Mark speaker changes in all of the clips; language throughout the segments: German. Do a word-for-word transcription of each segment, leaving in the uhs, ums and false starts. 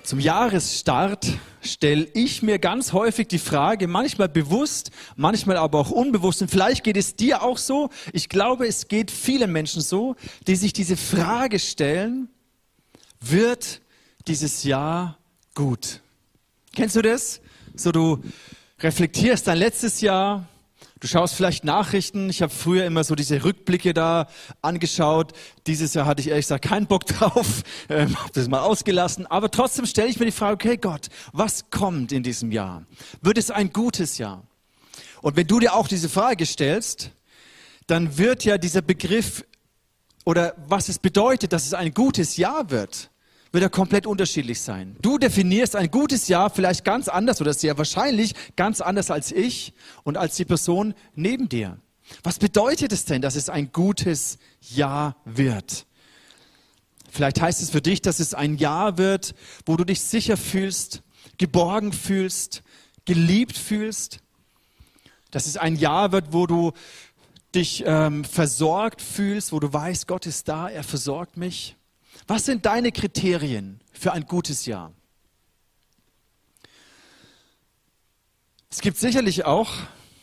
Speaker 1: Zum Jahresstart stelle ich mir ganz häufig die Frage, manchmal bewusst, manchmal aber auch unbewusst, und vielleicht geht es dir auch so, ich glaube, es geht vielen Menschen so, die sich diese Frage stellen, wird dieses Jahr gut? Kennst du das? So, du reflektierst dein letztes Jahr, du schaust vielleicht Nachrichten. Ich habe früher immer so diese Rückblicke da angeschaut. Dieses Jahr hatte ich ehrlich gesagt keinen Bock drauf, ähm, habe das mal ausgelassen. Aber trotzdem stelle ich mir die Frage, okay Gott, was kommt in diesem Jahr? Wird es ein gutes Jahr? Und wenn du dir auch diese Frage stellst, dann wird ja dieser Begriff oder was es bedeutet, dass es ein gutes Jahr wird, wird er komplett unterschiedlich sein. Du definierst ein gutes Jahr vielleicht ganz anders oder sehr wahrscheinlich ganz anders als ich und als die Person neben dir. Was bedeutet es denn, dass es ein gutes Jahr wird? Vielleicht heißt es für dich, dass es ein Jahr wird, wo du dich sicher fühlst, geborgen fühlst, geliebt fühlst. Dass es ein Jahr wird, wo du dich ähm, versorgt fühlst, wo du weißt, Gott ist da, er versorgt mich. Was sind deine Kriterien für ein gutes Jahr? Es gibt sicherlich auch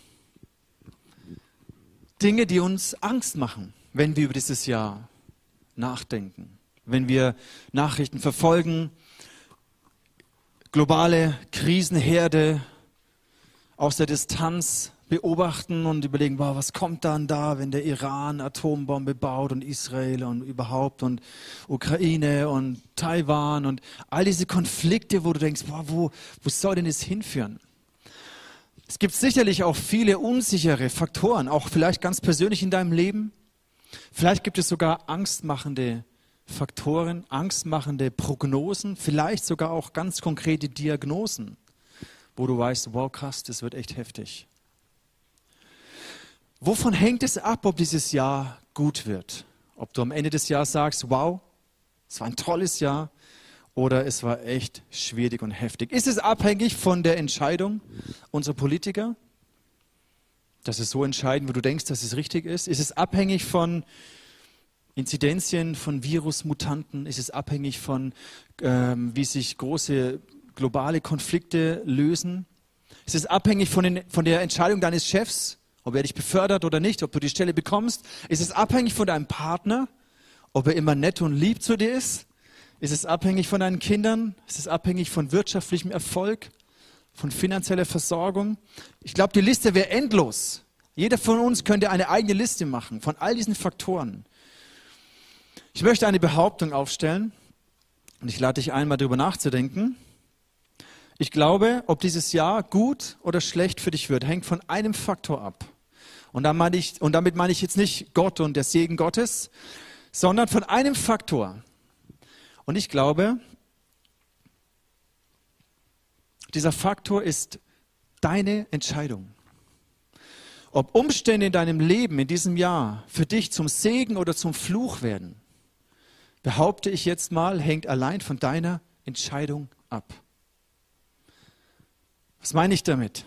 Speaker 1: Dinge, die uns Angst machen, wenn wir über dieses Jahr nachdenken, wenn wir Nachrichten verfolgen, globale Krisenherde aus der Distanz beobachten und überlegen, wow, was kommt dann da, wenn der Iran Atombombe baut und Israel und überhaupt und Ukraine und Taiwan und all diese Konflikte, wo du denkst, wow, wo, wo soll denn das hinführen? Es gibt sicherlich auch viele unsichere Faktoren, auch vielleicht ganz persönlich in deinem Leben. Vielleicht gibt es sogar angstmachende Faktoren, angstmachende Prognosen, vielleicht sogar auch ganz konkrete Diagnosen, wo du weißt, wow, krass, das wird echt heftig. Wovon hängt es ab, ob dieses Jahr gut wird? Ob du am Ende des Jahres sagst, wow, es war ein tolles Jahr oder es war echt schwierig und heftig. Ist es abhängig von der Entscheidung unserer Politiker, dass es so entscheiden, wo du denkst, dass es richtig ist? Ist es abhängig von Inzidenzien, von Virusmutanten? Ist es abhängig von, ähm, wie sich große globale Konflikte lösen? Ist es abhängig von, den, von der Entscheidung deines Chefs, ob er dich befördert oder nicht, ob du die Stelle bekommst? Ist es abhängig von deinem Partner, ob er immer nett und lieb zu dir ist? Ist es abhängig von deinen Kindern? Ist es abhängig von wirtschaftlichem Erfolg, von finanzieller Versorgung? Ich glaube, die Liste wäre endlos. Jeder von uns könnte eine eigene Liste machen von all diesen Faktoren. Ich möchte eine Behauptung aufstellen und ich lade dich ein, mal darüber nachzudenken. Ich glaube, ob dieses Jahr gut oder schlecht für dich wird, hängt von einem Faktor ab. Und, dann meine ich, und damit meine ich jetzt nicht Gott und der Segen Gottes, sondern von einem Faktor. Und ich glaube, dieser Faktor ist deine Entscheidung. Ob Umstände in deinem Leben in diesem Jahr für dich zum Segen oder zum Fluch werden, behaupte ich jetzt mal, hängt allein von deiner Entscheidung ab. Was meine ich damit?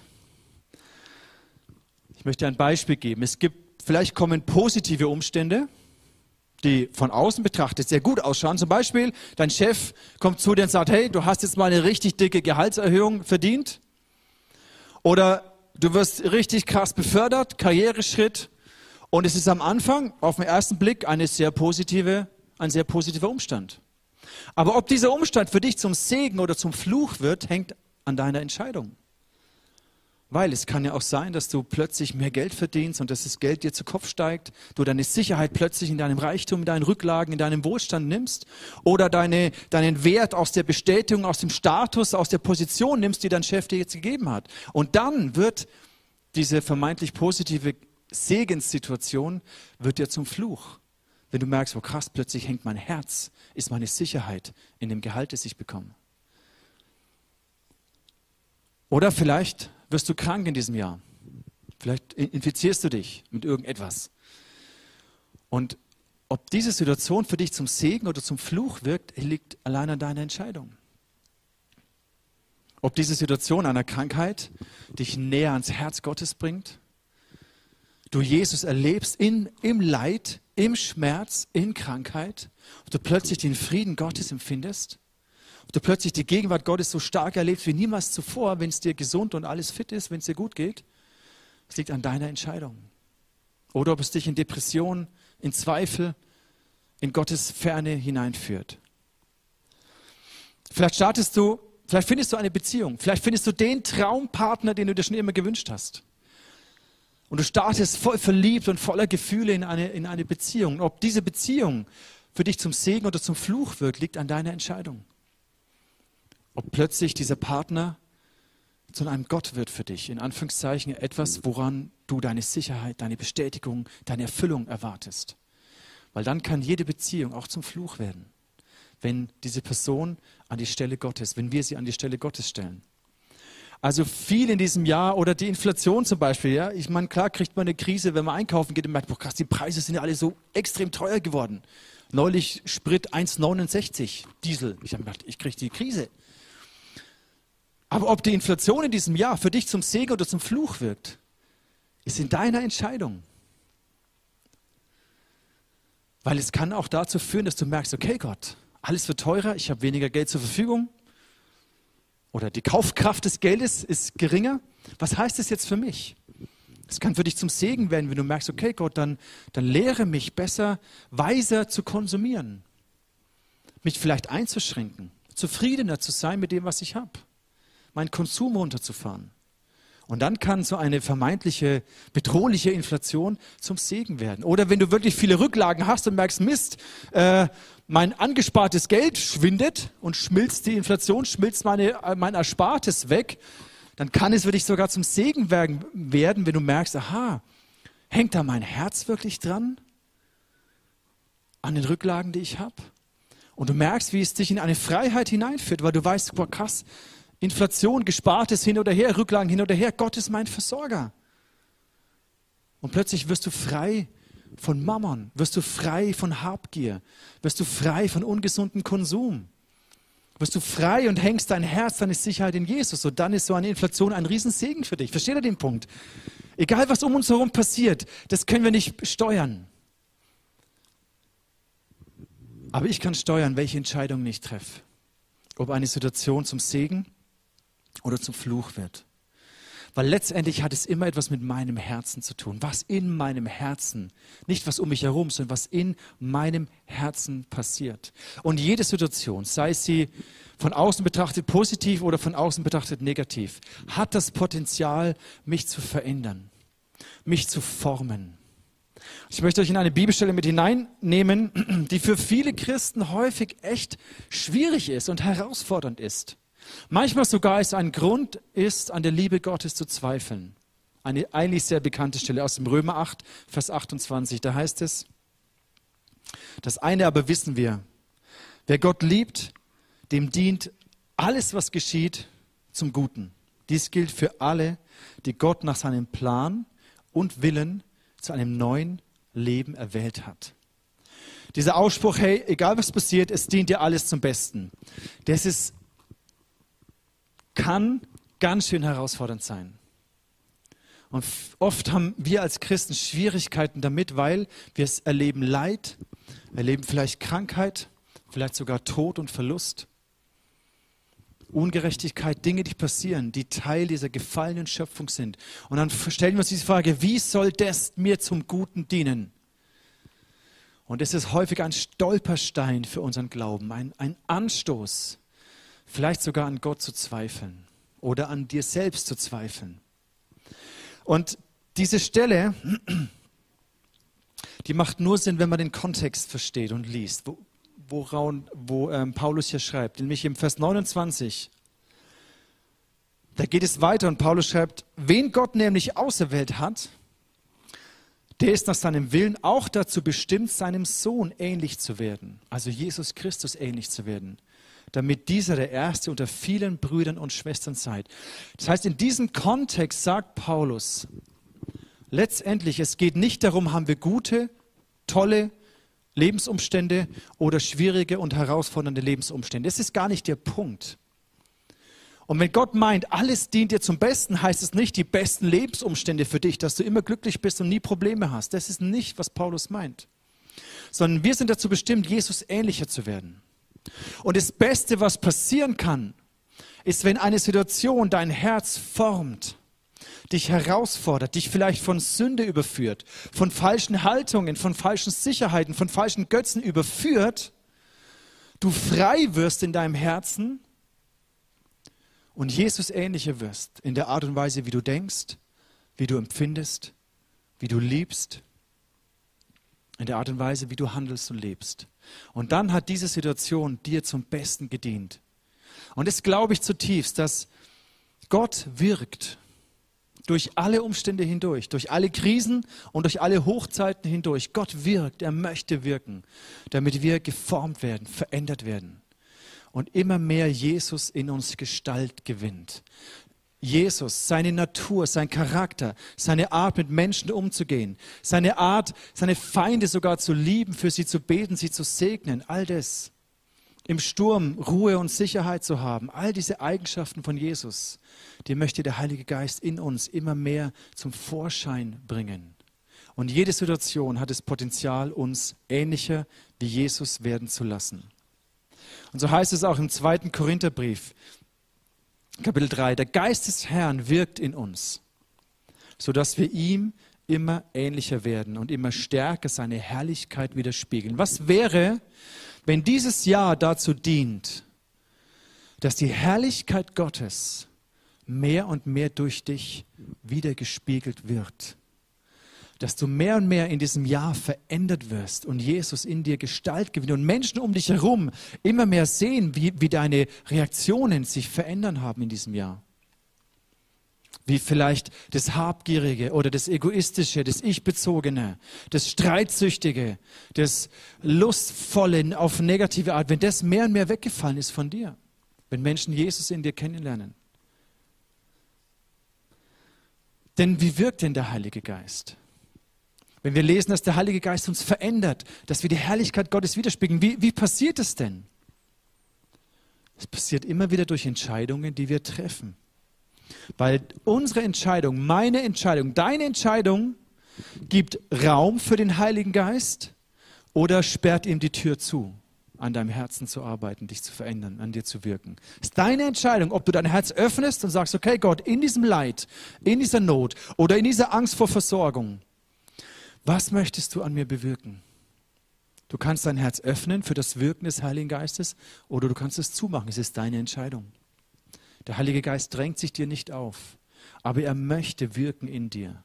Speaker 1: Ich möchte ein Beispiel geben. Es gibt, vielleicht kommen positive Umstände, die von außen betrachtet sehr gut ausschauen. Zum Beispiel, dein Chef kommt zu dir und sagt, hey, du hast jetzt mal eine richtig dicke Gehaltserhöhung verdient. Oder du wirst richtig krass befördert, Karriereschritt. Und es ist am Anfang, auf den ersten Blick, eine sehr positive, ein sehr positiver Umstand. Aber ob dieser Umstand für dich zum Segen oder zum Fluch wird, hängt an deiner Entscheidung. Weil es kann ja auch sein, dass du plötzlich mehr Geld verdienst und dass das Geld dir zu Kopf steigt, du deine Sicherheit plötzlich in deinem Reichtum, in deinen Rücklagen, in deinem Wohlstand nimmst oder deine, deinen Wert aus der Bestätigung, aus dem Status, aus der Position nimmst, die dein Chef dir jetzt gegeben hat. Und dann wird diese vermeintlich positive Segenssituation wird dir zum Fluch. Wenn du merkst, oh krass, plötzlich hängt mein Herz, ist meine Sicherheit in dem Gehalt, das ich bekomme. Oder vielleicht wirst du krank in diesem Jahr. Vielleicht infizierst du dich mit irgendetwas. Und ob diese Situation für dich zum Segen oder zum Fluch wirkt, liegt allein an deiner Entscheidung. Ob diese Situation einer Krankheit dich näher ans Herz Gottes bringt, du Jesus erlebst in, im Leid, im Schmerz, in Krankheit, ob du plötzlich den Frieden Gottes empfindest, ob du plötzlich die Gegenwart Gottes so stark erlebst wie niemals zuvor, wenn es dir gesund und alles fit ist, wenn es dir gut geht. Es liegt an deiner Entscheidung. Oder ob es dich in Depression, in Zweifel, in Gottes Ferne hineinführt. Vielleicht startest du, vielleicht findest du eine Beziehung, vielleicht findest du den Traumpartner, den du dir schon immer gewünscht hast. Und du startest voll verliebt und voller Gefühle in eine, in eine Beziehung. Ob diese Beziehung für dich zum Segen oder zum Fluch wirkt, liegt an deiner Entscheidung. Ob plötzlich dieser Partner zu einem Gott wird für dich, in Anführungszeichen etwas, woran du deine Sicherheit, deine Bestätigung, deine Erfüllung erwartest. Weil dann kann jede Beziehung auch zum Fluch werden, wenn diese Person an die Stelle Gottes, wenn wir sie an die Stelle Gottes stellen. Also viel in diesem Jahr oder die Inflation zum Beispiel. Ja? Ich meine, klar kriegt man eine Krise, wenn man einkaufen geht und merkt, boah, krass, die Preise sind ja alle so extrem teuer geworden. Neulich Sprit eins Komma neunundsechzig, Diesel. Ich habe gedacht, ich kriege die Krise. Aber ob die Inflation in diesem Jahr für dich zum Segen oder zum Fluch wirkt, ist in deiner Entscheidung. Weil es kann auch dazu führen, dass du merkst, okay Gott, alles wird teurer, ich habe weniger Geld zur Verfügung oder die Kaufkraft des Geldes ist geringer. Was heißt das jetzt für mich? Es kann für dich zum Segen werden, wenn du merkst, okay Gott, dann, dann lehre mich besser, weiser zu konsumieren, mich vielleicht einzuschränken, zufriedener zu sein mit dem, was ich habe. Meinen Konsum runterzufahren. Und dann kann so eine vermeintliche, bedrohliche Inflation zum Segen werden. Oder wenn du wirklich viele Rücklagen hast und merkst, Mist, äh, mein angespartes Geld schwindet und schmilzt die Inflation, schmilzt meine, mein Erspartes weg, dann kann es für dich sogar zum Segen werden, wenn du merkst, aha, hängt da mein Herz wirklich dran? An den Rücklagen, die ich habe? Und du merkst, wie es dich in eine Freiheit hineinführt, weil du weißt, boah, krass, Inflation, Gespartes hin oder her, Rücklagen hin oder her. Gott ist mein Versorger. Und plötzlich wirst du frei von Mammon, wirst du frei von Habgier, wirst du frei von ungesundem Konsum. Wirst du frei und hängst dein Herz, deine Sicherheit in Jesus. Und dann ist so eine Inflation ein Riesensegen für dich. Versteht ihr den Punkt? Egal, was um uns herum passiert, das können wir nicht steuern. Aber ich kann steuern, welche Entscheidungen ich treffe. Ob eine Situation zum Segen oder zum Fluch wird. Weil letztendlich hat es immer etwas mit meinem Herzen zu tun. Was in meinem Herzen, nicht was um mich herum, sondern was in meinem Herzen passiert. Und jede Situation, sei sie von außen betrachtet positiv oder von außen betrachtet negativ, hat das Potenzial, mich zu verändern, mich zu formen. Ich möchte euch in eine Bibelstelle mit hineinnehmen, die für viele Christen häufig echt schwierig ist und herausfordernd ist. Manchmal sogar es ein Grund ist, an der Liebe Gottes zu zweifeln. Eine eigentlich sehr bekannte Stelle aus dem Römer acht, Vers achtundzwanzig. Da heißt es, das eine aber wissen wir, wer Gott liebt, dem dient alles, was geschieht, zum Guten. Dies gilt für alle, die Gott nach seinem Plan und Willen zu einem neuen Leben erwählt hat. Dieser Ausspruch, hey, egal was passiert, es dient dir alles zum Besten. Das ist kann ganz schön herausfordernd sein. Und oft haben wir als Christen Schwierigkeiten damit, weil wir es erleben Leid, erleben vielleicht Krankheit, vielleicht sogar Tod und Verlust, Ungerechtigkeit, Dinge, die passieren, die Teil dieser gefallenen Schöpfung sind. Und dann stellen wir uns diese Frage, wie soll das mir zum Guten dienen? Und es ist häufig ein Stolperstein für unseren Glauben, ein, ein Anstoß, vielleicht sogar an Gott zu zweifeln oder an dir selbst zu zweifeln. Und diese Stelle, die macht nur Sinn, wenn man den Kontext versteht und liest, wo, wo, wo ähm, Paulus hier schreibt, nämlich im Vers neunundzwanzig. Da geht es weiter und Paulus schreibt, wen Gott nämlich auserwählt hat, der ist nach seinem Willen auch dazu bestimmt, seinem Sohn ähnlich zu werden, also Jesus Christus ähnlich zu werden, damit dieser der Erste unter vielen Brüdern und Schwestern sei. Das heißt, in diesem Kontext sagt Paulus, letztendlich, es geht nicht darum, haben wir gute, tolle Lebensumstände oder schwierige und herausfordernde Lebensumstände. Das ist gar nicht der Punkt. Und wenn Gott meint, alles dient dir zum Besten, heißt es nicht die besten Lebensumstände für dich, dass du immer glücklich bist und nie Probleme hast. Das ist nicht, was Paulus meint. Sondern wir sind dazu bestimmt, Jesus ähnlicher zu werden. Und das Beste, was passieren kann, ist, wenn eine Situation dein Herz formt, dich herausfordert, dich vielleicht von Sünde überführt, von falschen Haltungen, von falschen Sicherheiten, von falschen Götzen überführt, du frei wirst in deinem Herzen und Jesus ähnlicher wirst in der Art und Weise, wie du denkst, wie du empfindest, wie du liebst, in der Art und Weise, wie du handelst und lebst. Und dann hat diese Situation dir zum Besten gedient. Und das glaube ich zutiefst, dass Gott wirkt durch alle Umstände hindurch, durch alle Krisen und durch alle Hochzeiten hindurch. Gott wirkt, er möchte wirken, damit wir geformt werden, verändert werden und immer mehr Jesus in uns Gestalt gewinnt. Jesus, seine Natur, sein Charakter, seine Art, mit Menschen umzugehen, seine Art, seine Feinde sogar zu lieben, für sie zu beten, sie zu segnen, all das. Im Sturm Ruhe und Sicherheit zu haben, all diese Eigenschaften von Jesus, die möchte der Heilige Geist in uns immer mehr zum Vorschein bringen. Und jede Situation hat das Potenzial, uns ähnlicher wie Jesus werden zu lassen. Und so heißt es auch im zweiten Korintherbrief, Kapitel drei, der Geist des Herrn wirkt in uns, sodass wir ihm immer ähnlicher werden und immer stärker seine Herrlichkeit widerspiegeln. Was wäre, wenn dieses Jahr dazu dient, dass die Herrlichkeit Gottes mehr und mehr durch dich widergespiegelt wird? Dass du mehr und mehr in diesem Jahr verändert wirst und Jesus in dir Gestalt gewinnt und Menschen um dich herum immer mehr sehen, wie, wie deine Reaktionen sich verändern haben in diesem Jahr. Wie vielleicht das Habgierige oder das Egoistische, das Ich-Bezogene, das Streitsüchtige, das Lustvolle auf negative Art, wenn das mehr und mehr weggefallen ist von dir, wenn Menschen Jesus in dir kennenlernen. Denn wie wirkt denn der Heilige Geist? Wenn wir lesen, dass der Heilige Geist uns verändert, dass wir die Herrlichkeit Gottes widerspiegeln, wie, wie passiert es denn? Es passiert immer wieder durch Entscheidungen, die wir treffen. Weil unsere Entscheidung, meine Entscheidung, deine Entscheidung gibt Raum für den Heiligen Geist oder sperrt ihm die Tür zu, an deinem Herzen zu arbeiten, dich zu verändern, an dir zu wirken. Es ist deine Entscheidung, ob du dein Herz öffnest und sagst, okay Gott, in diesem Leid, in dieser Not oder in dieser Angst vor Versorgung, was möchtest du an mir bewirken? Du kannst dein Herz öffnen für das Wirken des Heiligen Geistes oder du kannst es zumachen. Es ist deine Entscheidung. Der Heilige Geist drängt sich dir nicht auf, aber er möchte wirken in dir,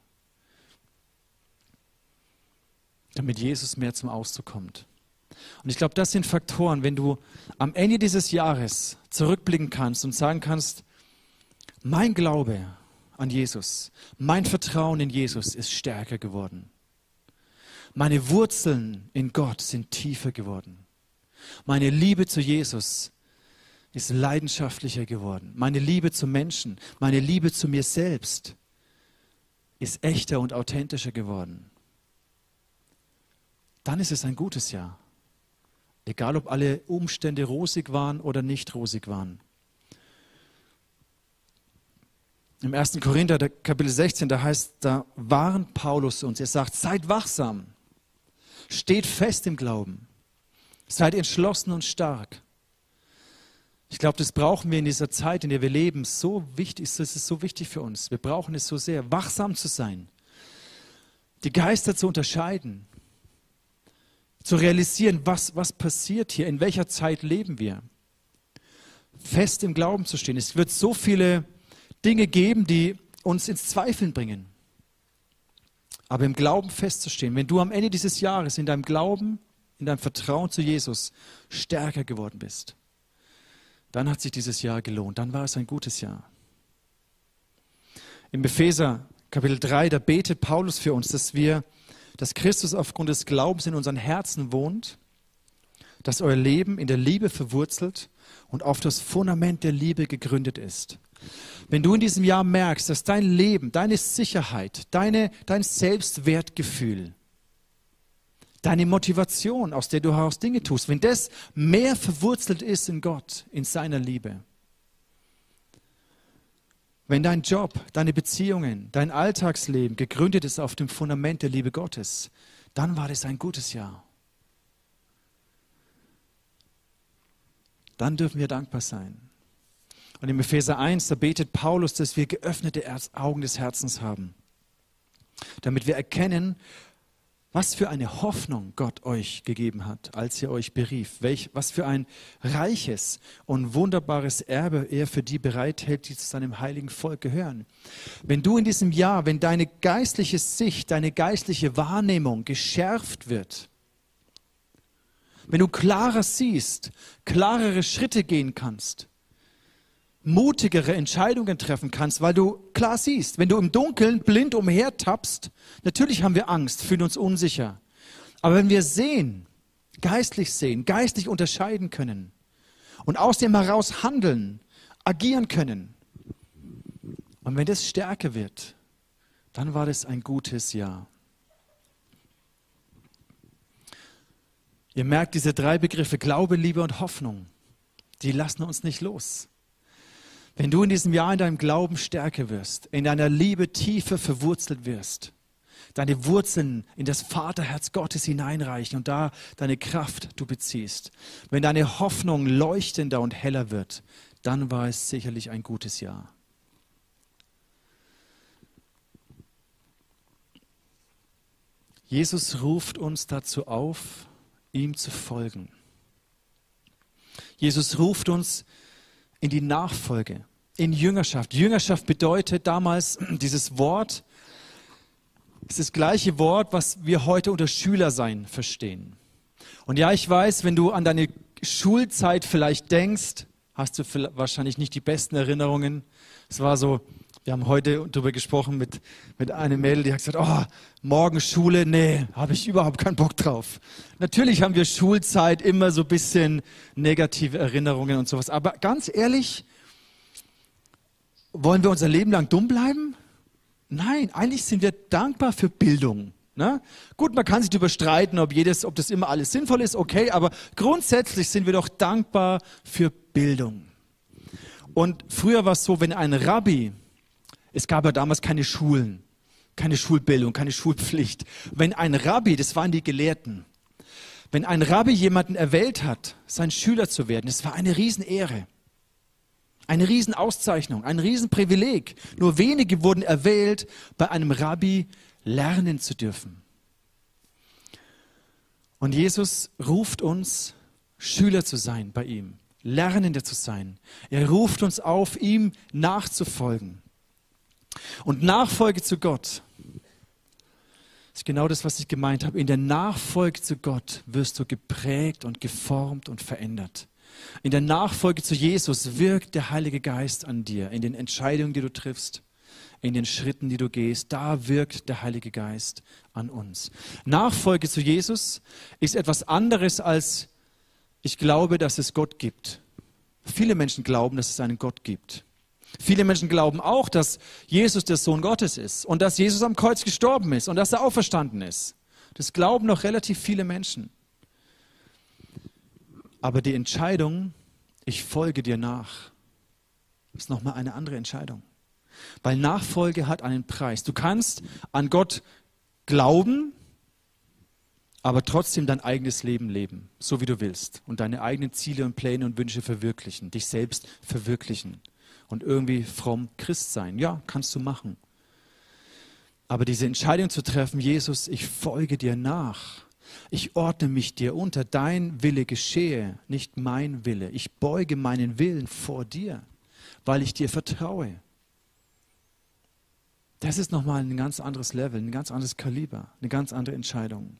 Speaker 1: damit Jesus mehr zum Ausdruck kommt. Und ich glaube, das sind Faktoren, wenn du am Ende dieses Jahres zurückblicken kannst und sagen kannst, mein Glaube an Jesus, mein Vertrauen in Jesus ist stärker geworden. Meine Wurzeln in Gott sind tiefer geworden. Meine Liebe zu Jesus ist leidenschaftlicher geworden. Meine Liebe zu Menschen, meine Liebe zu mir selbst ist echter und authentischer geworden. Dann ist es ein gutes Jahr. Egal, ob alle Umstände rosig waren oder nicht rosig waren. Im ersten Korinther, Kapitel sechzehn, da heißt, da warnt Paulus uns. Er sagt, seid wachsam. Steht fest im Glauben. Seid entschlossen und stark. Ich glaube, das brauchen wir in dieser Zeit, in der wir leben. So wichtig, das ist so wichtig für uns. Wir brauchen es so sehr, wachsam zu sein. Die Geister zu unterscheiden. Zu realisieren, was, was passiert hier, in welcher Zeit leben wir. Fest im Glauben zu stehen. Es wird so viele Dinge geben, die uns ins Zweifeln bringen. Aber im Glauben festzustehen, wenn du am Ende dieses Jahres in deinem Glauben, in deinem Vertrauen zu Jesus stärker geworden bist, dann hat sich dieses Jahr gelohnt. Dann war es ein gutes Jahr. Im Epheser Kapitel drei, da betet Paulus für uns, dass wir, dass Christus aufgrund des Glaubens in unseren Herzen wohnt, dass euer Leben in der Liebe verwurzelt und auf das Fundament der Liebe gegründet ist. Wenn du in diesem Jahr merkst, dass dein Leben, deine Sicherheit, deine, dein Selbstwertgefühl, deine Motivation, aus der du heraus Dinge tust, wenn das mehr verwurzelt ist in Gott, in seiner Liebe, wenn dein Job, deine Beziehungen, dein Alltagsleben gegründet ist auf dem Fundament der Liebe Gottes, dann war das ein gutes Jahr. dann dürfen wir dankbar sein. Und im Epheser eins, da betet Paulus, dass wir geöffnete Augen des Herzens haben, damit wir erkennen, was für eine Hoffnung Gott euch gegeben hat, als er euch berief. Welch, was für ein reiches und wunderbares Erbe er für die bereithält, die zu seinem heiligen Volk gehören. Wenn du in diesem Jahr, wenn deine geistliche Sicht, deine geistliche Wahrnehmung geschärft wird, wenn du klarer siehst, klarere Schritte gehen kannst, mutigere Entscheidungen treffen kannst, weil du klar siehst, wenn du im Dunkeln blind umhertappst, natürlich haben wir Angst, fühlen uns unsicher. Aber wenn wir sehen, geistlich sehen, geistlich unterscheiden können und aus dem heraus handeln, agieren können, und wenn das stärker wird, dann war das ein gutes Jahr. Ihr merkt, diese drei Begriffe, Glaube, Liebe und Hoffnung, die lassen uns nicht los. Wenn du in diesem Jahr in deinem Glauben stärker wirst, in deiner Liebe tiefer verwurzelt wirst, deine Wurzeln in das Vaterherz Gottes hineinreichen und da deine Kraft du beziehst, wenn deine Hoffnung leuchtender und heller wird, dann war es sicherlich ein gutes Jahr. Jesus ruft uns dazu auf, ihm zu folgen. Jesus ruft uns in die Nachfolge, in Jüngerschaft. Jüngerschaft bedeutet damals, dieses Wort ist das gleiche Wort, was wir heute unter Schülersein verstehen. Und ja, ich weiß, wenn du an deine Schulzeit vielleicht denkst, hast du wahrscheinlich nicht die besten Erinnerungen. Es war so, wir haben heute darüber gesprochen mit, mit einem Mädel, die hat gesagt, oh, morgen Schule, nee, habe ich überhaupt keinen Bock drauf. Natürlich haben wir Schulzeit immer so ein bisschen negative Erinnerungen und sowas. Aber ganz ehrlich, wollen wir unser Leben lang dumm bleiben? Nein, eigentlich sind wir dankbar für Bildung. Ne? Gut, man kann sich darüber streiten, ob, jedes, ob das immer alles sinnvoll ist, okay, aber grundsätzlich sind wir doch dankbar für Bildung. Und früher war es so, wenn ein Rabbi, es gab ja damals keine Schulen, keine Schulbildung, keine Schulpflicht. Wenn ein Rabbi, das waren die Gelehrten, wenn ein Rabbi jemanden erwählt hat, sein Schüler zu werden, das war eine Riesenehre, eine Riesenauszeichnung, ein Riesenprivileg. Nur wenige wurden erwählt, bei einem Rabbi lernen zu dürfen. Und Jesus ruft uns, Schüler zu sein bei ihm, Lernende zu sein. Er ruft uns auf, ihm nachzufolgen. Und Nachfolge zu Gott ist genau das, was ich gemeint habe. In der Nachfolge zu Gott wirst du geprägt und geformt und verändert. In der Nachfolge zu Jesus wirkt der Heilige Geist an dir, in den Entscheidungen, die du triffst, in den Schritten, die du gehst. Da wirkt der Heilige Geist an uns. Nachfolge zu Jesus ist etwas anderes als, ich glaube, dass es Gott gibt. Viele Menschen glauben, dass es einen Gott gibt. Viele Menschen glauben auch, dass Jesus der Sohn Gottes ist und dass Jesus am Kreuz gestorben ist und dass er auferstanden ist. Das glauben noch relativ viele Menschen. Aber die Entscheidung, ich folge dir nach, ist nochmal eine andere Entscheidung. Weil Nachfolge hat einen Preis. Du kannst an Gott glauben, aber trotzdem dein eigenes Leben leben, so wie du willst. Und deine eigenen Ziele und Pläne und Wünsche verwirklichen, dich selbst verwirklichen. Und irgendwie fromm Christ sein. Ja, kannst du machen. Aber diese Entscheidung zu treffen, Jesus, ich folge dir nach. Ich ordne mich dir unter. Dein Wille geschehe, nicht mein Wille. Ich beuge meinen Willen vor dir, weil ich dir vertraue. Das ist nochmal ein ganz anderes Level, ein ganz anderes Kaliber, eine ganz andere Entscheidung.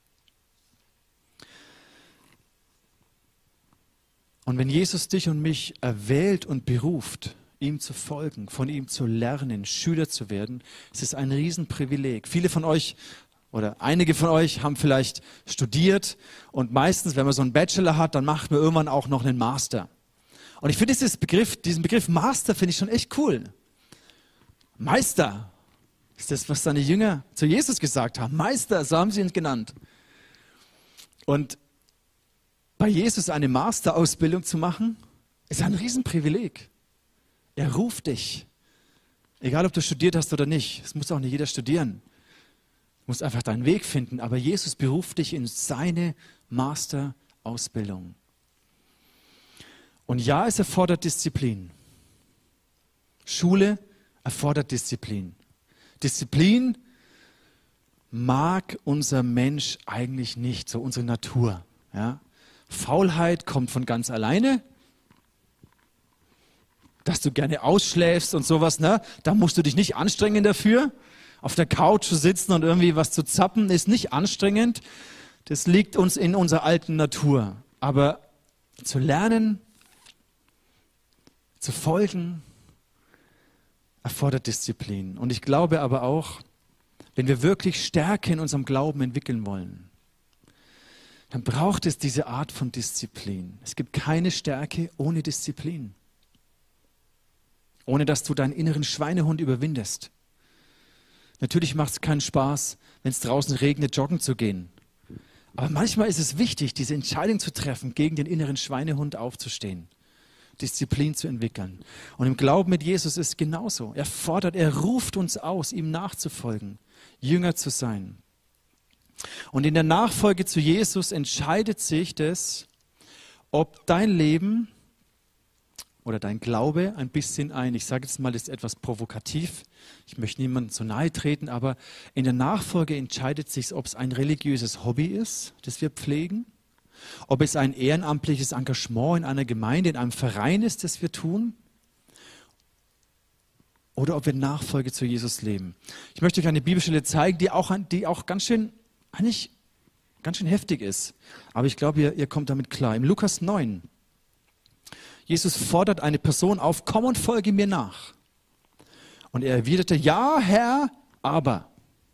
Speaker 1: Und wenn Jesus dich und mich erwählt und beruft, ihm zu folgen, von ihm zu lernen, Schüler zu werden, ist es ein Riesenprivileg. Viele von euch oder einige von euch haben vielleicht studiert und meistens, wenn man so einen Bachelor hat, dann macht man irgendwann auch noch einen Master. Und ich finde dieses Begriff, diesen Begriff Master finde ich schon echt cool. Meister ist das, was seine Jünger zu Jesus gesagt haben. Meister, so haben sie ihn genannt. Und bei Jesus eine Masterausbildung zu machen, ist ein Riesenprivileg. Er ruft dich. Egal, ob du studiert hast oder nicht. Es muss auch nicht jeder studieren. Du musst einfach deinen Weg finden. Aber Jesus beruft dich in seine Masterausbildung. Und ja, es erfordert Disziplin. Schule erfordert Disziplin. Disziplin mag unser Mensch eigentlich nicht, so unsere Natur. Ja? Faulheit kommt von ganz alleine. Dass du gerne ausschläfst und sowas, ne? Da musst du dich nicht anstrengen dafür. Auf der Couch zu sitzen und irgendwie was zu zappen, ist nicht anstrengend. Das liegt uns in unserer alten Natur. Aber zu lernen, zu folgen, erfordert Disziplin. Und ich glaube aber auch, wenn wir wirklich Stärke in unserem Glauben entwickeln wollen, dann braucht es diese Art von Disziplin. Es gibt keine Stärke ohne Disziplin. Ohne dass du deinen inneren Schweinehund überwindest. Natürlich macht es keinen Spaß, wenn es draußen regnet, joggen zu gehen. Aber manchmal ist es wichtig, diese Entscheidung zu treffen, gegen den inneren Schweinehund aufzustehen. Disziplin zu entwickeln. Und im Glauben mit Jesus ist es genauso. Er fordert, er ruft uns aus, ihm nachzufolgen, Jünger zu sein. Und in der Nachfolge zu Jesus entscheidet sich das, ob dein Leben oder dein Glaube ein bisschen ein, ich sage jetzt mal, das ist etwas provokativ, ich möchte niemandem zu nahe treten, aber in der Nachfolge entscheidet sich, ob es ein religiöses Hobby ist, das wir pflegen, ob es ein ehrenamtliches Engagement in einer Gemeinde, in einem Verein ist, das wir tun, oder ob wir Nachfolge zu Jesus leben. Ich möchte euch eine Bibelstelle zeigen, die auch, die auch ganz schön, eigentlich ganz schön heftig ist, aber ich glaube, ihr, ihr kommt damit klar. Im Lukas neun, Jesus fordert eine Person auf, komm und folge mir nach. Und er erwiderte, ja, Herr, aber.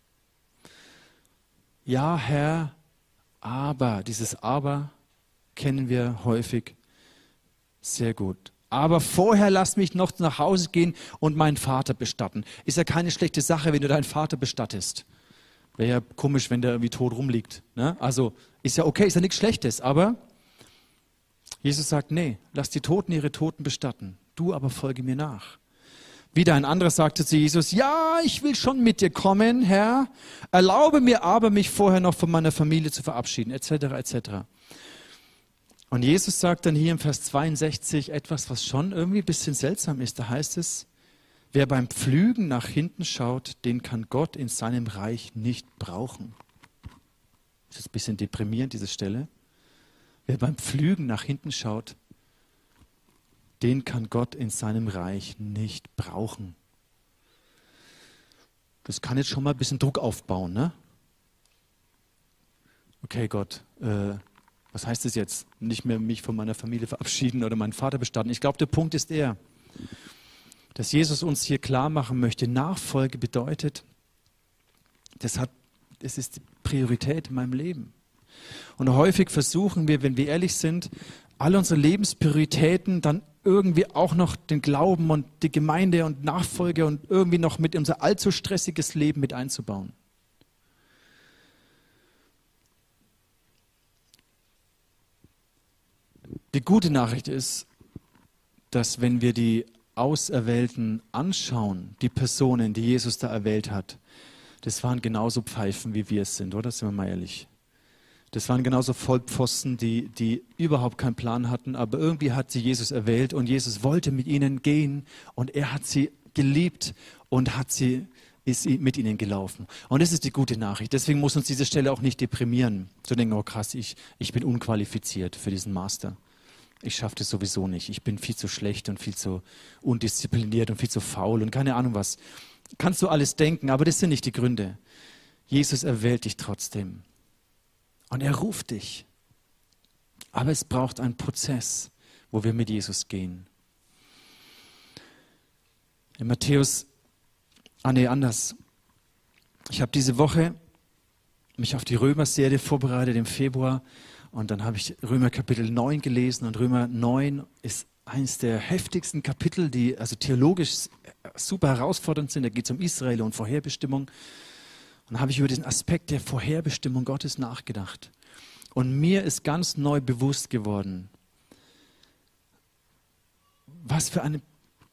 Speaker 1: Ja, Herr, aber. Dieses aber kennen wir häufig sehr gut. Aber vorher lass mich noch nach Hause gehen und meinen Vater bestatten. Ist ja keine schlechte Sache, wenn du deinen Vater bestattest. Wäre ja komisch, wenn der irgendwie tot rumliegt. Ne? Also ist ja okay, ist ja nichts Schlechtes, aber Jesus sagt, nee, lass die Toten ihre Toten bestatten. Du aber folge mir nach. Wieder ein anderer sagte zu Jesus, ja, ich will schon mit dir kommen, Herr. Erlaube mir aber, mich vorher noch von meiner Familie zu verabschieden, et cetera et cetera. Und Jesus sagt dann hier im Vers zweiundsechzig etwas, was schon irgendwie ein bisschen seltsam ist. Da heißt es, wer beim Pflügen nach hinten schaut, den kann Gott in seinem Reich nicht brauchen. Das ist ein bisschen deprimierend, diese Stelle. Wer beim Pflügen nach hinten schaut, den kann Gott in seinem Reich nicht brauchen. Das kann jetzt schon mal ein bisschen Druck aufbauen, ne? Okay, Gott, äh, was heißt das jetzt? Nicht mehr mich von meiner Familie verabschieden oder meinen Vater bestatten. Ich glaube, der Punkt ist der, dass Jesus uns hier klar machen möchte, Nachfolge bedeutet, das hat, das ist die Priorität in meinem Leben. Und häufig versuchen wir, wenn wir ehrlich sind, alle unsere Lebensprioritäten dann irgendwie auch noch den Glauben und die Gemeinde und Nachfolge und irgendwie noch mit unser allzu stressiges Leben mit einzubauen. Die gute Nachricht ist, dass wenn wir die Auserwählten anschauen, die Personen, die Jesus da erwählt hat, das waren genauso Pfeifen, wie wir es sind, oder? Sind wir mal ehrlich. Das waren genauso Vollpfosten, die, die überhaupt keinen Plan hatten, aber irgendwie hat sie Jesus erwählt und Jesus wollte mit ihnen gehen und er hat sie geliebt und hat sie, ist mit ihnen gelaufen. Und das ist die gute Nachricht. Deswegen muss uns diese Stelle auch nicht deprimieren. Zu denken, oh krass, ich, ich bin unqualifiziert für diesen Master. Ich schaffe das sowieso nicht. Ich bin viel zu schlecht und viel zu undiszipliniert und viel zu faul und keine Ahnung was. Kannst du alles denken, aber das sind nicht die Gründe. Jesus erwählt dich trotzdem. Und er ruft dich. Aber es braucht einen Prozess, wo wir mit Jesus gehen. In Matthäus, ah nee, anders. Ich habe diese Woche mich auf die Römer-Serie vorbereitet im Februar und dann habe ich Römer Kapitel neun gelesen und Römer neun ist eines der heftigsten Kapitel, die also theologisch super herausfordernd sind. Da geht es um Israel und Vorherbestimmung. Und dann habe ich über diesen Aspekt der Vorherbestimmung Gottes nachgedacht. Und mir ist ganz neu bewusst geworden, was für eine,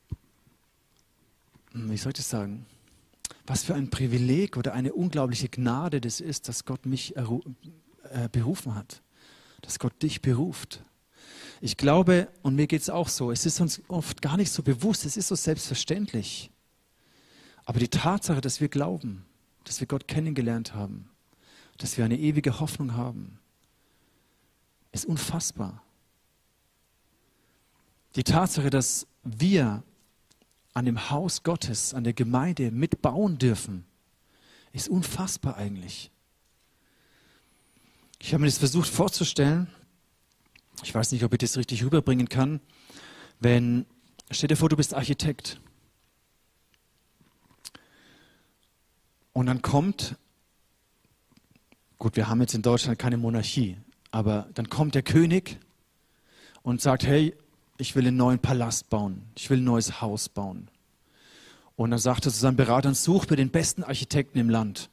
Speaker 1: wie soll ich das sagen, was für ein Privileg oder eine unglaubliche Gnade das ist, dass Gott mich berufen hat, dass Gott dich beruft. Ich glaube, und mir geht es auch so, es ist uns oft gar nicht so bewusst, es ist so selbstverständlich. Aber die Tatsache, dass wir glauben, dass wir Gott kennengelernt haben, dass wir eine ewige Hoffnung haben, ist unfassbar. Die Tatsache, dass wir an dem Haus Gottes, an der Gemeinde mitbauen dürfen, ist unfassbar eigentlich. Ich habe mir das versucht vorzustellen. Ich weiß nicht, ob ich das richtig rüberbringen kann. Wenn, stell dir vor, du bist Architekt. Und dann kommt, gut, wir haben jetzt in Deutschland keine Monarchie, aber dann kommt der König und sagt, hey, ich will einen neuen Palast bauen, ich will ein neues Haus bauen. Und dann sagt er zu seinen Beratern, such mir den besten Architekten im Land.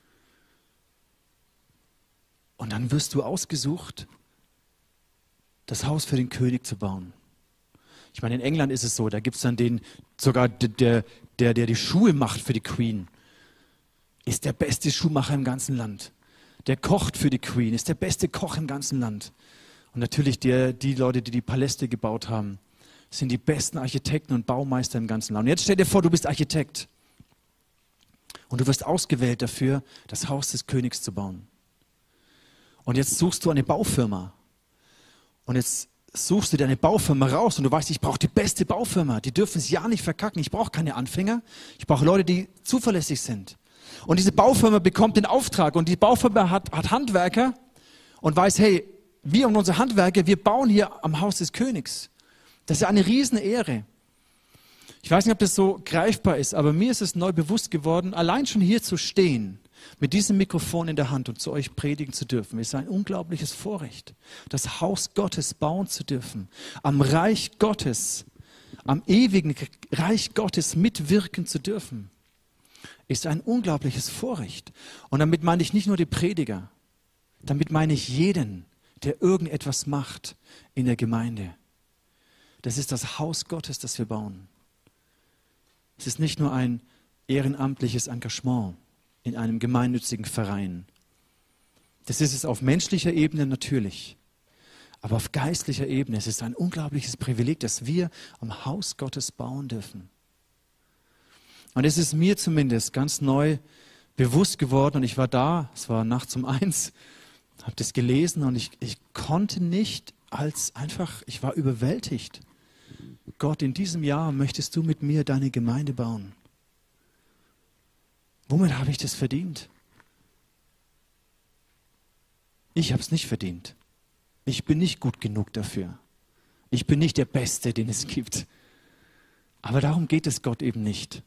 Speaker 1: Und dann wirst du ausgesucht, das Haus für den König zu bauen. Ich meine, in England ist es so, da gibt es dann den, sogar der, der, der die Schuhe macht für die Queen, ist der beste Schuhmacher im ganzen Land. Der kocht für die Queen, ist der beste Koch im ganzen Land. Und natürlich der, die Leute, die die Paläste gebaut haben, sind die besten Architekten und Baumeister im ganzen Land. Und jetzt stell dir vor, du bist Architekt. Und du wirst ausgewählt dafür, das Haus des Königs zu bauen. Und jetzt suchst du eine Baufirma. Und jetzt suchst du dir eine Baufirma raus und du weißt, ich brauche die beste Baufirma. Die dürfen es ja nicht verkacken. Ich brauche keine Anfänger. Ich brauche Leute, die zuverlässig sind. Und diese Baufirma bekommt den Auftrag und die Baufirma hat, hat Handwerker und weiß, hey, wir und unsere Handwerker, wir bauen hier am Haus des Königs. Das ist ja eine Riesenehre. Ich weiß nicht, ob das so greifbar ist, aber mir ist es neu bewusst geworden, allein schon hier zu stehen, mit diesem Mikrofon in der Hand und zu euch predigen zu dürfen, ist ein unglaubliches Vorrecht. Das Haus Gottes bauen zu dürfen, am Reich Gottes, am ewigen Reich Gottes mitwirken zu dürfen, ist ein unglaubliches Vorrecht. Und damit meine ich nicht nur die Prediger, damit meine ich jeden, der irgendetwas macht in der Gemeinde. Das ist das Haus Gottes, das wir bauen. Es ist nicht nur ein ehrenamtliches Engagement in einem gemeinnützigen Verein. Das ist es auf menschlicher Ebene natürlich. Aber auf geistlicher Ebene es ist es ein unglaubliches Privileg, dass wir am Haus Gottes bauen dürfen. Und es ist mir zumindest ganz neu bewusst geworden und ich war da, es war nachts um eins, habe das gelesen und ich, ich konnte nicht als einfach, ich war überwältigt. Gott, in diesem Jahr möchtest du mit mir deine Gemeinde bauen. Womit habe ich das verdient? Ich habe es nicht verdient. Ich bin nicht gut genug dafür. Ich bin nicht der Beste, den es gibt. Aber darum geht es Gott eben nicht.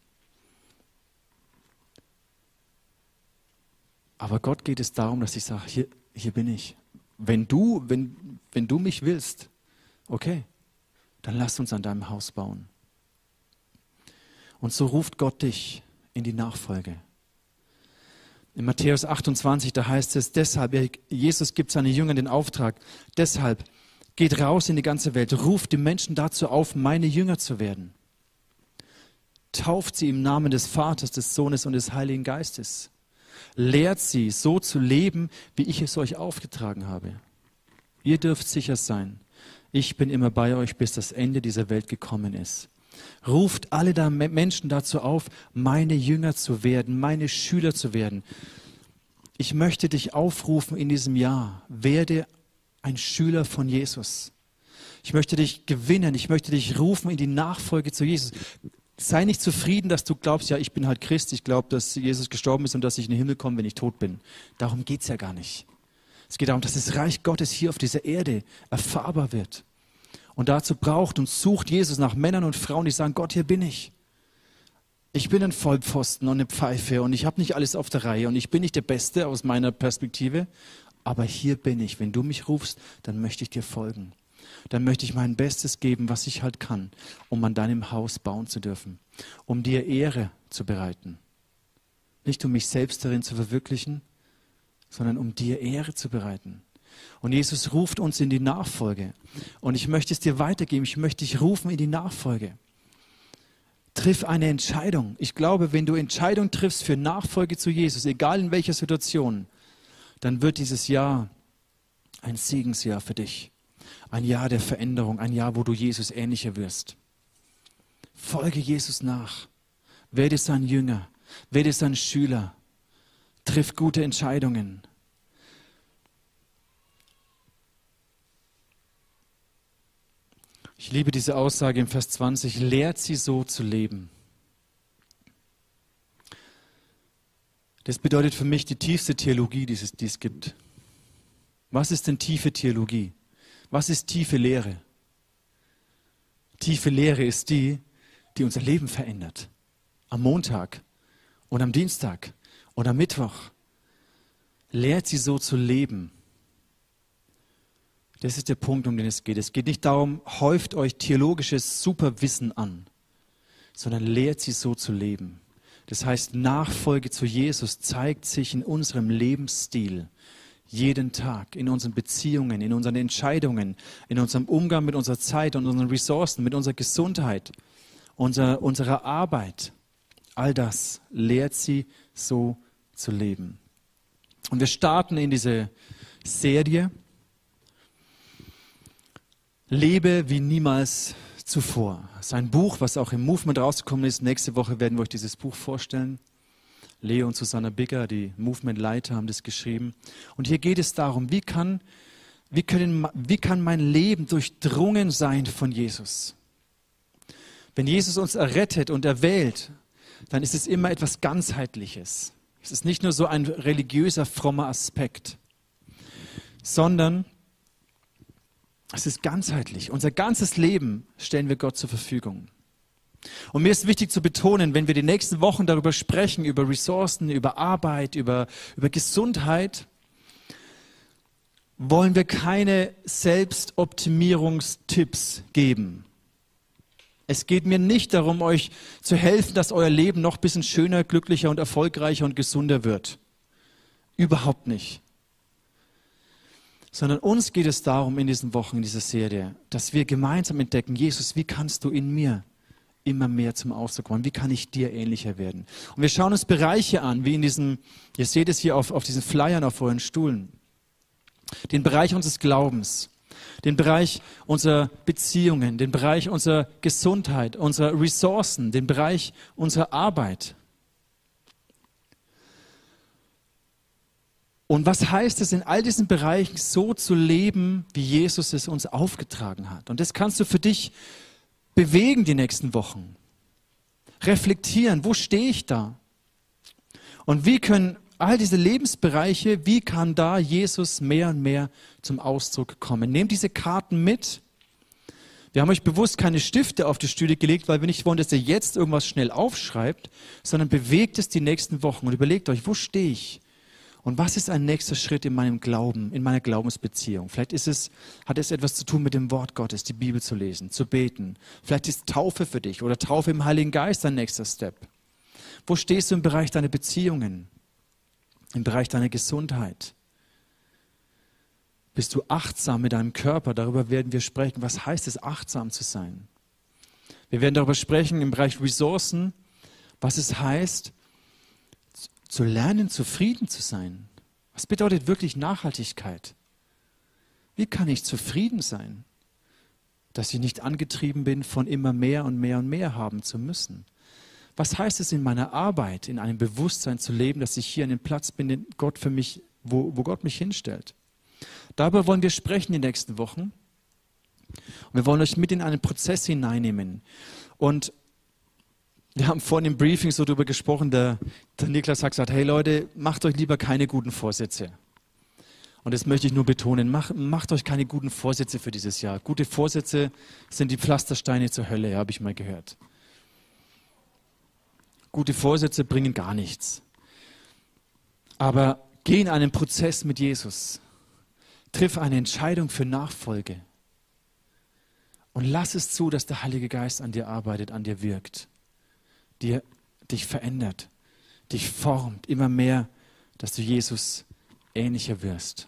Speaker 1: Aber Gott geht es darum, dass ich sage, hier, hier bin ich. Wenn du, wenn, wenn du mich willst, okay, dann lass uns an deinem Haus bauen. Und so ruft Gott dich in die Nachfolge. In Matthäus achtundzwanzig, da heißt es, deshalb, Jesus gibt seinen Jüngern den Auftrag, deshalb geht raus in die ganze Welt, ruft die Menschen dazu auf, meine Jünger zu werden. Tauft sie im Namen des Vaters, des Sohnes und des Heiligen Geistes. Lehrt sie, so zu leben, wie ich es euch aufgetragen habe. Ihr dürft sicher sein, ich bin immer bei euch, bis das Ende dieser Welt gekommen ist. Ruft alle da Menschen dazu auf, meine Jünger zu werden, meine Schüler zu werden. Ich möchte dich aufrufen in diesem Jahr, werde ein Schüler von Jesus. Ich möchte dich gewinnen, ich möchte dich rufen in die Nachfolge zu Jesus. Sei nicht zufrieden, dass du glaubst, ja, ich bin halt Christ, ich glaube, dass Jesus gestorben ist und dass ich in den Himmel komme, wenn ich tot bin. Darum geht es ja gar nicht. Es geht darum, dass das Reich Gottes hier auf dieser Erde erfahrbar wird. Und dazu braucht und sucht Jesus nach Männern und Frauen, die sagen, Gott, hier bin ich. Ich bin ein Vollpfosten und eine Pfeife und ich habe nicht alles auf der Reihe und ich bin nicht der Beste aus meiner Perspektive, aber hier bin ich. Wenn du mich rufst, dann möchte ich dir folgen. Dann möchte ich mein Bestes geben, was ich halt kann, um an deinem Haus bauen zu dürfen, um dir Ehre zu bereiten. Nicht um mich selbst darin zu verwirklichen, sondern um dir Ehre zu bereiten. Und Jesus ruft uns in die Nachfolge. Und ich möchte es dir weitergeben, ich möchte dich rufen in die Nachfolge. Triff eine Entscheidung. Ich glaube, wenn du Entscheidung triffst für Nachfolge zu Jesus, egal in welcher Situation, dann wird dieses Jahr ein Segensjahr für dich. Ein Jahr der Veränderung, ein Jahr, wo du Jesus ähnlicher wirst. Folge Jesus nach. Werde sein Jünger, werde sein Schüler. Triff gute Entscheidungen. Ich liebe diese Aussage im Vers zwanzig, lehrt sie so zu leben. Das bedeutet für mich die tiefste Theologie, die es, die es gibt. Was ist denn tiefe Theologie? Was ist tiefe Lehre? Tiefe Lehre ist die, die unser Leben verändert. Am Montag und am Dienstag und am Mittwoch. Lehrt sie so zu leben. Das ist der Punkt, um den es geht. Es geht nicht darum, häuft euch theologisches Superwissen an, sondern lehrt sie so zu leben. Das heißt, Nachfolge zu Jesus zeigt sich in unserem Lebensstil. Jeden Tag, in unseren Beziehungen, in unseren Entscheidungen, in unserem Umgang mit unserer Zeit und unseren Ressourcen, mit unserer Gesundheit, unserer, unserer Arbeit. All das lehrt sie so zu leben. Und wir starten in diese Serie Lebe wie niemals zuvor. Sein Buch, was auch im Movement rausgekommen ist. Nächste Woche werden wir euch dieses Buch vorstellen. Leo und Susanna Bigger, die Movement-Leiter, haben das geschrieben. Und hier geht es darum, wie kann, wie können, wie kann mein Leben durchdrungen sein von Jesus? Wenn Jesus uns errettet und erwählt, dann ist es immer etwas Ganzheitliches. Es ist nicht nur so ein religiöser, frommer Aspekt, sondern es ist ganzheitlich. Unser ganzes Leben stellen wir Gott zur Verfügung. Und mir ist wichtig zu betonen, wenn wir die nächsten Wochen darüber sprechen, über Ressourcen, über Arbeit, über, über Gesundheit, wollen wir keine Selbstoptimierungstipps geben. Es geht mir nicht darum, euch zu helfen, dass euer Leben noch ein bisschen schöner, glücklicher und erfolgreicher und gesunder wird. Überhaupt nicht. Sondern uns geht es darum in diesen Wochen, in dieser Serie, dass wir gemeinsam entdecken, Jesus, wie kannst du in mir immer mehr zum Ausdruck kommen? Wie kann ich dir ähnlicher werden? Und wir schauen uns Bereiche an, wie in diesem, ihr seht es hier auf, auf diesen Flyern auf euren Stuhlen, den Bereich unseres Glaubens, den Bereich unserer Beziehungen, den Bereich unserer Gesundheit, unserer Ressourcen, den Bereich unserer Arbeit. Und was heißt es, in all diesen Bereichen so zu leben, wie Jesus es uns aufgetragen hat? Und das kannst du für dich bewegen die nächsten Wochen. Reflektieren, wo stehe ich da? Und wie können all diese Lebensbereiche, wie kann da Jesus mehr und mehr zum Ausdruck kommen? Nehmt diese Karten mit. Wir haben euch bewusst keine Stifte auf die Stühle gelegt, weil wir nicht wollen, dass ihr jetzt irgendwas schnell aufschreibt, sondern bewegt es die nächsten Wochen und überlegt euch, wo stehe ich? Und was ist ein nächster Schritt in meinem Glauben, in meiner Glaubensbeziehung? Vielleicht ist es, hat es etwas zu tun mit dem Wort Gottes, die Bibel zu lesen, zu beten. Vielleicht ist Taufe für dich oder Taufe im Heiligen Geist ein nächster Step. Wo stehst du im Bereich deiner Beziehungen, im Bereich deiner Gesundheit? Bist du achtsam mit deinem Körper? Darüber werden wir sprechen. Was heißt es, achtsam zu sein? Wir werden darüber sprechen im Bereich Ressourcen, was es heißt, zu lernen, zufrieden zu sein. Was bedeutet wirklich Nachhaltigkeit? Wie kann ich zufrieden sein, dass ich nicht angetrieben bin, von immer mehr und mehr und mehr haben zu müssen? Was heißt es in meiner Arbeit, in einem Bewusstsein zu leben, dass ich hier an dem Platz bin, den Gott für mich, wo, wo Gott mich hinstellt? Darüber wollen wir sprechen die nächsten Wochen. Und wir wollen euch mit in einen Prozess hineinnehmen. Und wir haben vorhin im Briefing so darüber gesprochen, der, der Niklas hat gesagt, hey Leute, macht euch lieber keine guten Vorsätze. Und das möchte ich nur betonen, macht, macht euch keine guten Vorsätze für dieses Jahr. Gute Vorsätze sind die Pflastersteine zur Hölle, habe ich mal gehört. Gute Vorsätze bringen gar nichts. Aber geh in einen Prozess mit Jesus. Triff eine Entscheidung für Nachfolge. Und lass es zu, dass der Heilige Geist an dir arbeitet, an dir wirkt. Dir, dich verändert, dich formt, immer mehr, dass du Jesus ähnlicher wirst.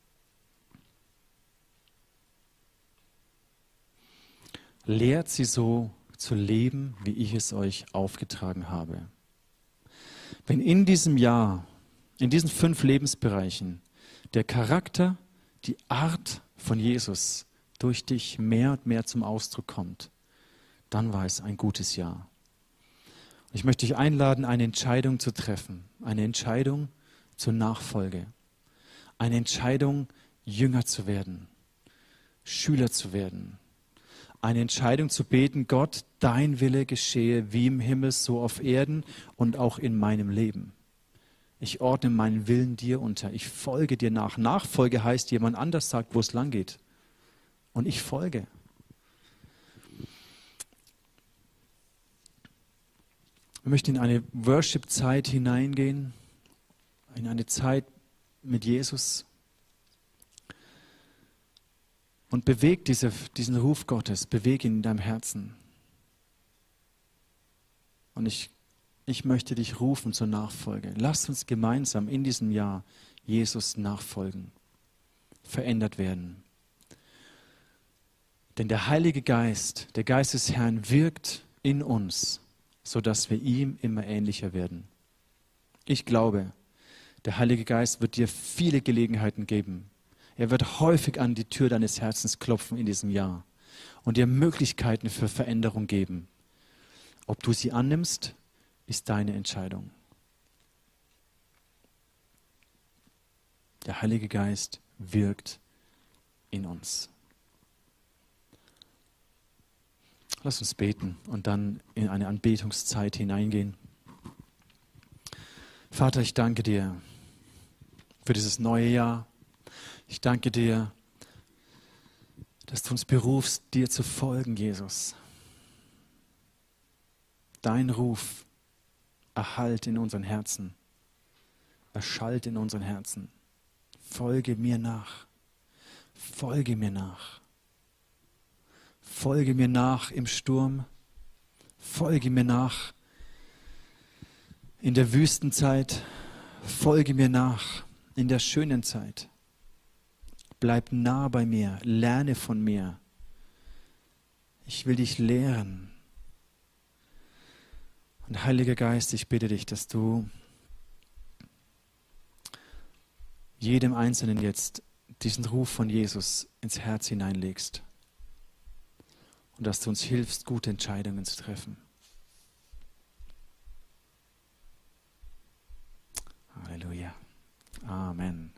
Speaker 1: Lehrt sie so zu leben, wie ich es euch aufgetragen habe. Wenn in diesem Jahr, in diesen fünf Lebensbereichen, der Charakter, die Art von Jesus durch dich mehr und mehr zum Ausdruck kommt, dann war es ein gutes Jahr. Ich möchte dich einladen, eine Entscheidung zu treffen, eine Entscheidung zur Nachfolge, eine Entscheidung, Jünger zu werden, Schüler zu werden, eine Entscheidung zu beten, Gott, dein Wille geschehe wie im Himmel, so auf Erden und auch in meinem Leben. Ich ordne meinen Willen dir unter, ich folge dir nach. Nachfolge heißt, jemand anders sagt, wo es lang geht. Und ich folge. Wir möchten in eine Worship-Zeit hineingehen, in eine Zeit mit Jesus. Und beweg diese, diesen Ruf Gottes, beweg ihn in deinem Herzen. Und ich, ich möchte dich rufen zur Nachfolge. Lass uns gemeinsam in diesem Jahr Jesus nachfolgen, verändert werden. Denn der Heilige Geist, der Geist des Herrn wirkt in uns, sodass wir ihm immer ähnlicher werden. Ich glaube, der Heilige Geist wird dir viele Gelegenheiten geben. Er wird häufig an die Tür deines Herzens klopfen in diesem Jahr und dir Möglichkeiten für Veränderung geben. Ob du sie annimmst, ist deine Entscheidung. Der Heilige Geist wirkt in uns. Lass uns beten und dann in eine Anbetungszeit hineingehen. Vater, ich danke dir für dieses neue Jahr. Ich danke dir, dass du uns berufst, dir zu folgen, Jesus. Dein Ruf erhallt in unseren Herzen, erschallt in unseren Herzen. Folge mir nach, folge mir nach. Folge mir nach im Sturm, folge mir nach in der Wüstenzeit, folge mir nach in der schönen Zeit. Bleib nah bei mir, lerne von mir. Ich will dich lehren. Und Heiliger Geist, ich bitte dich, dass du jedem Einzelnen jetzt diesen Ruf von Jesus ins Herz hineinlegst. Und dass du uns hilfst, gute Entscheidungen zu treffen. Halleluja. Amen.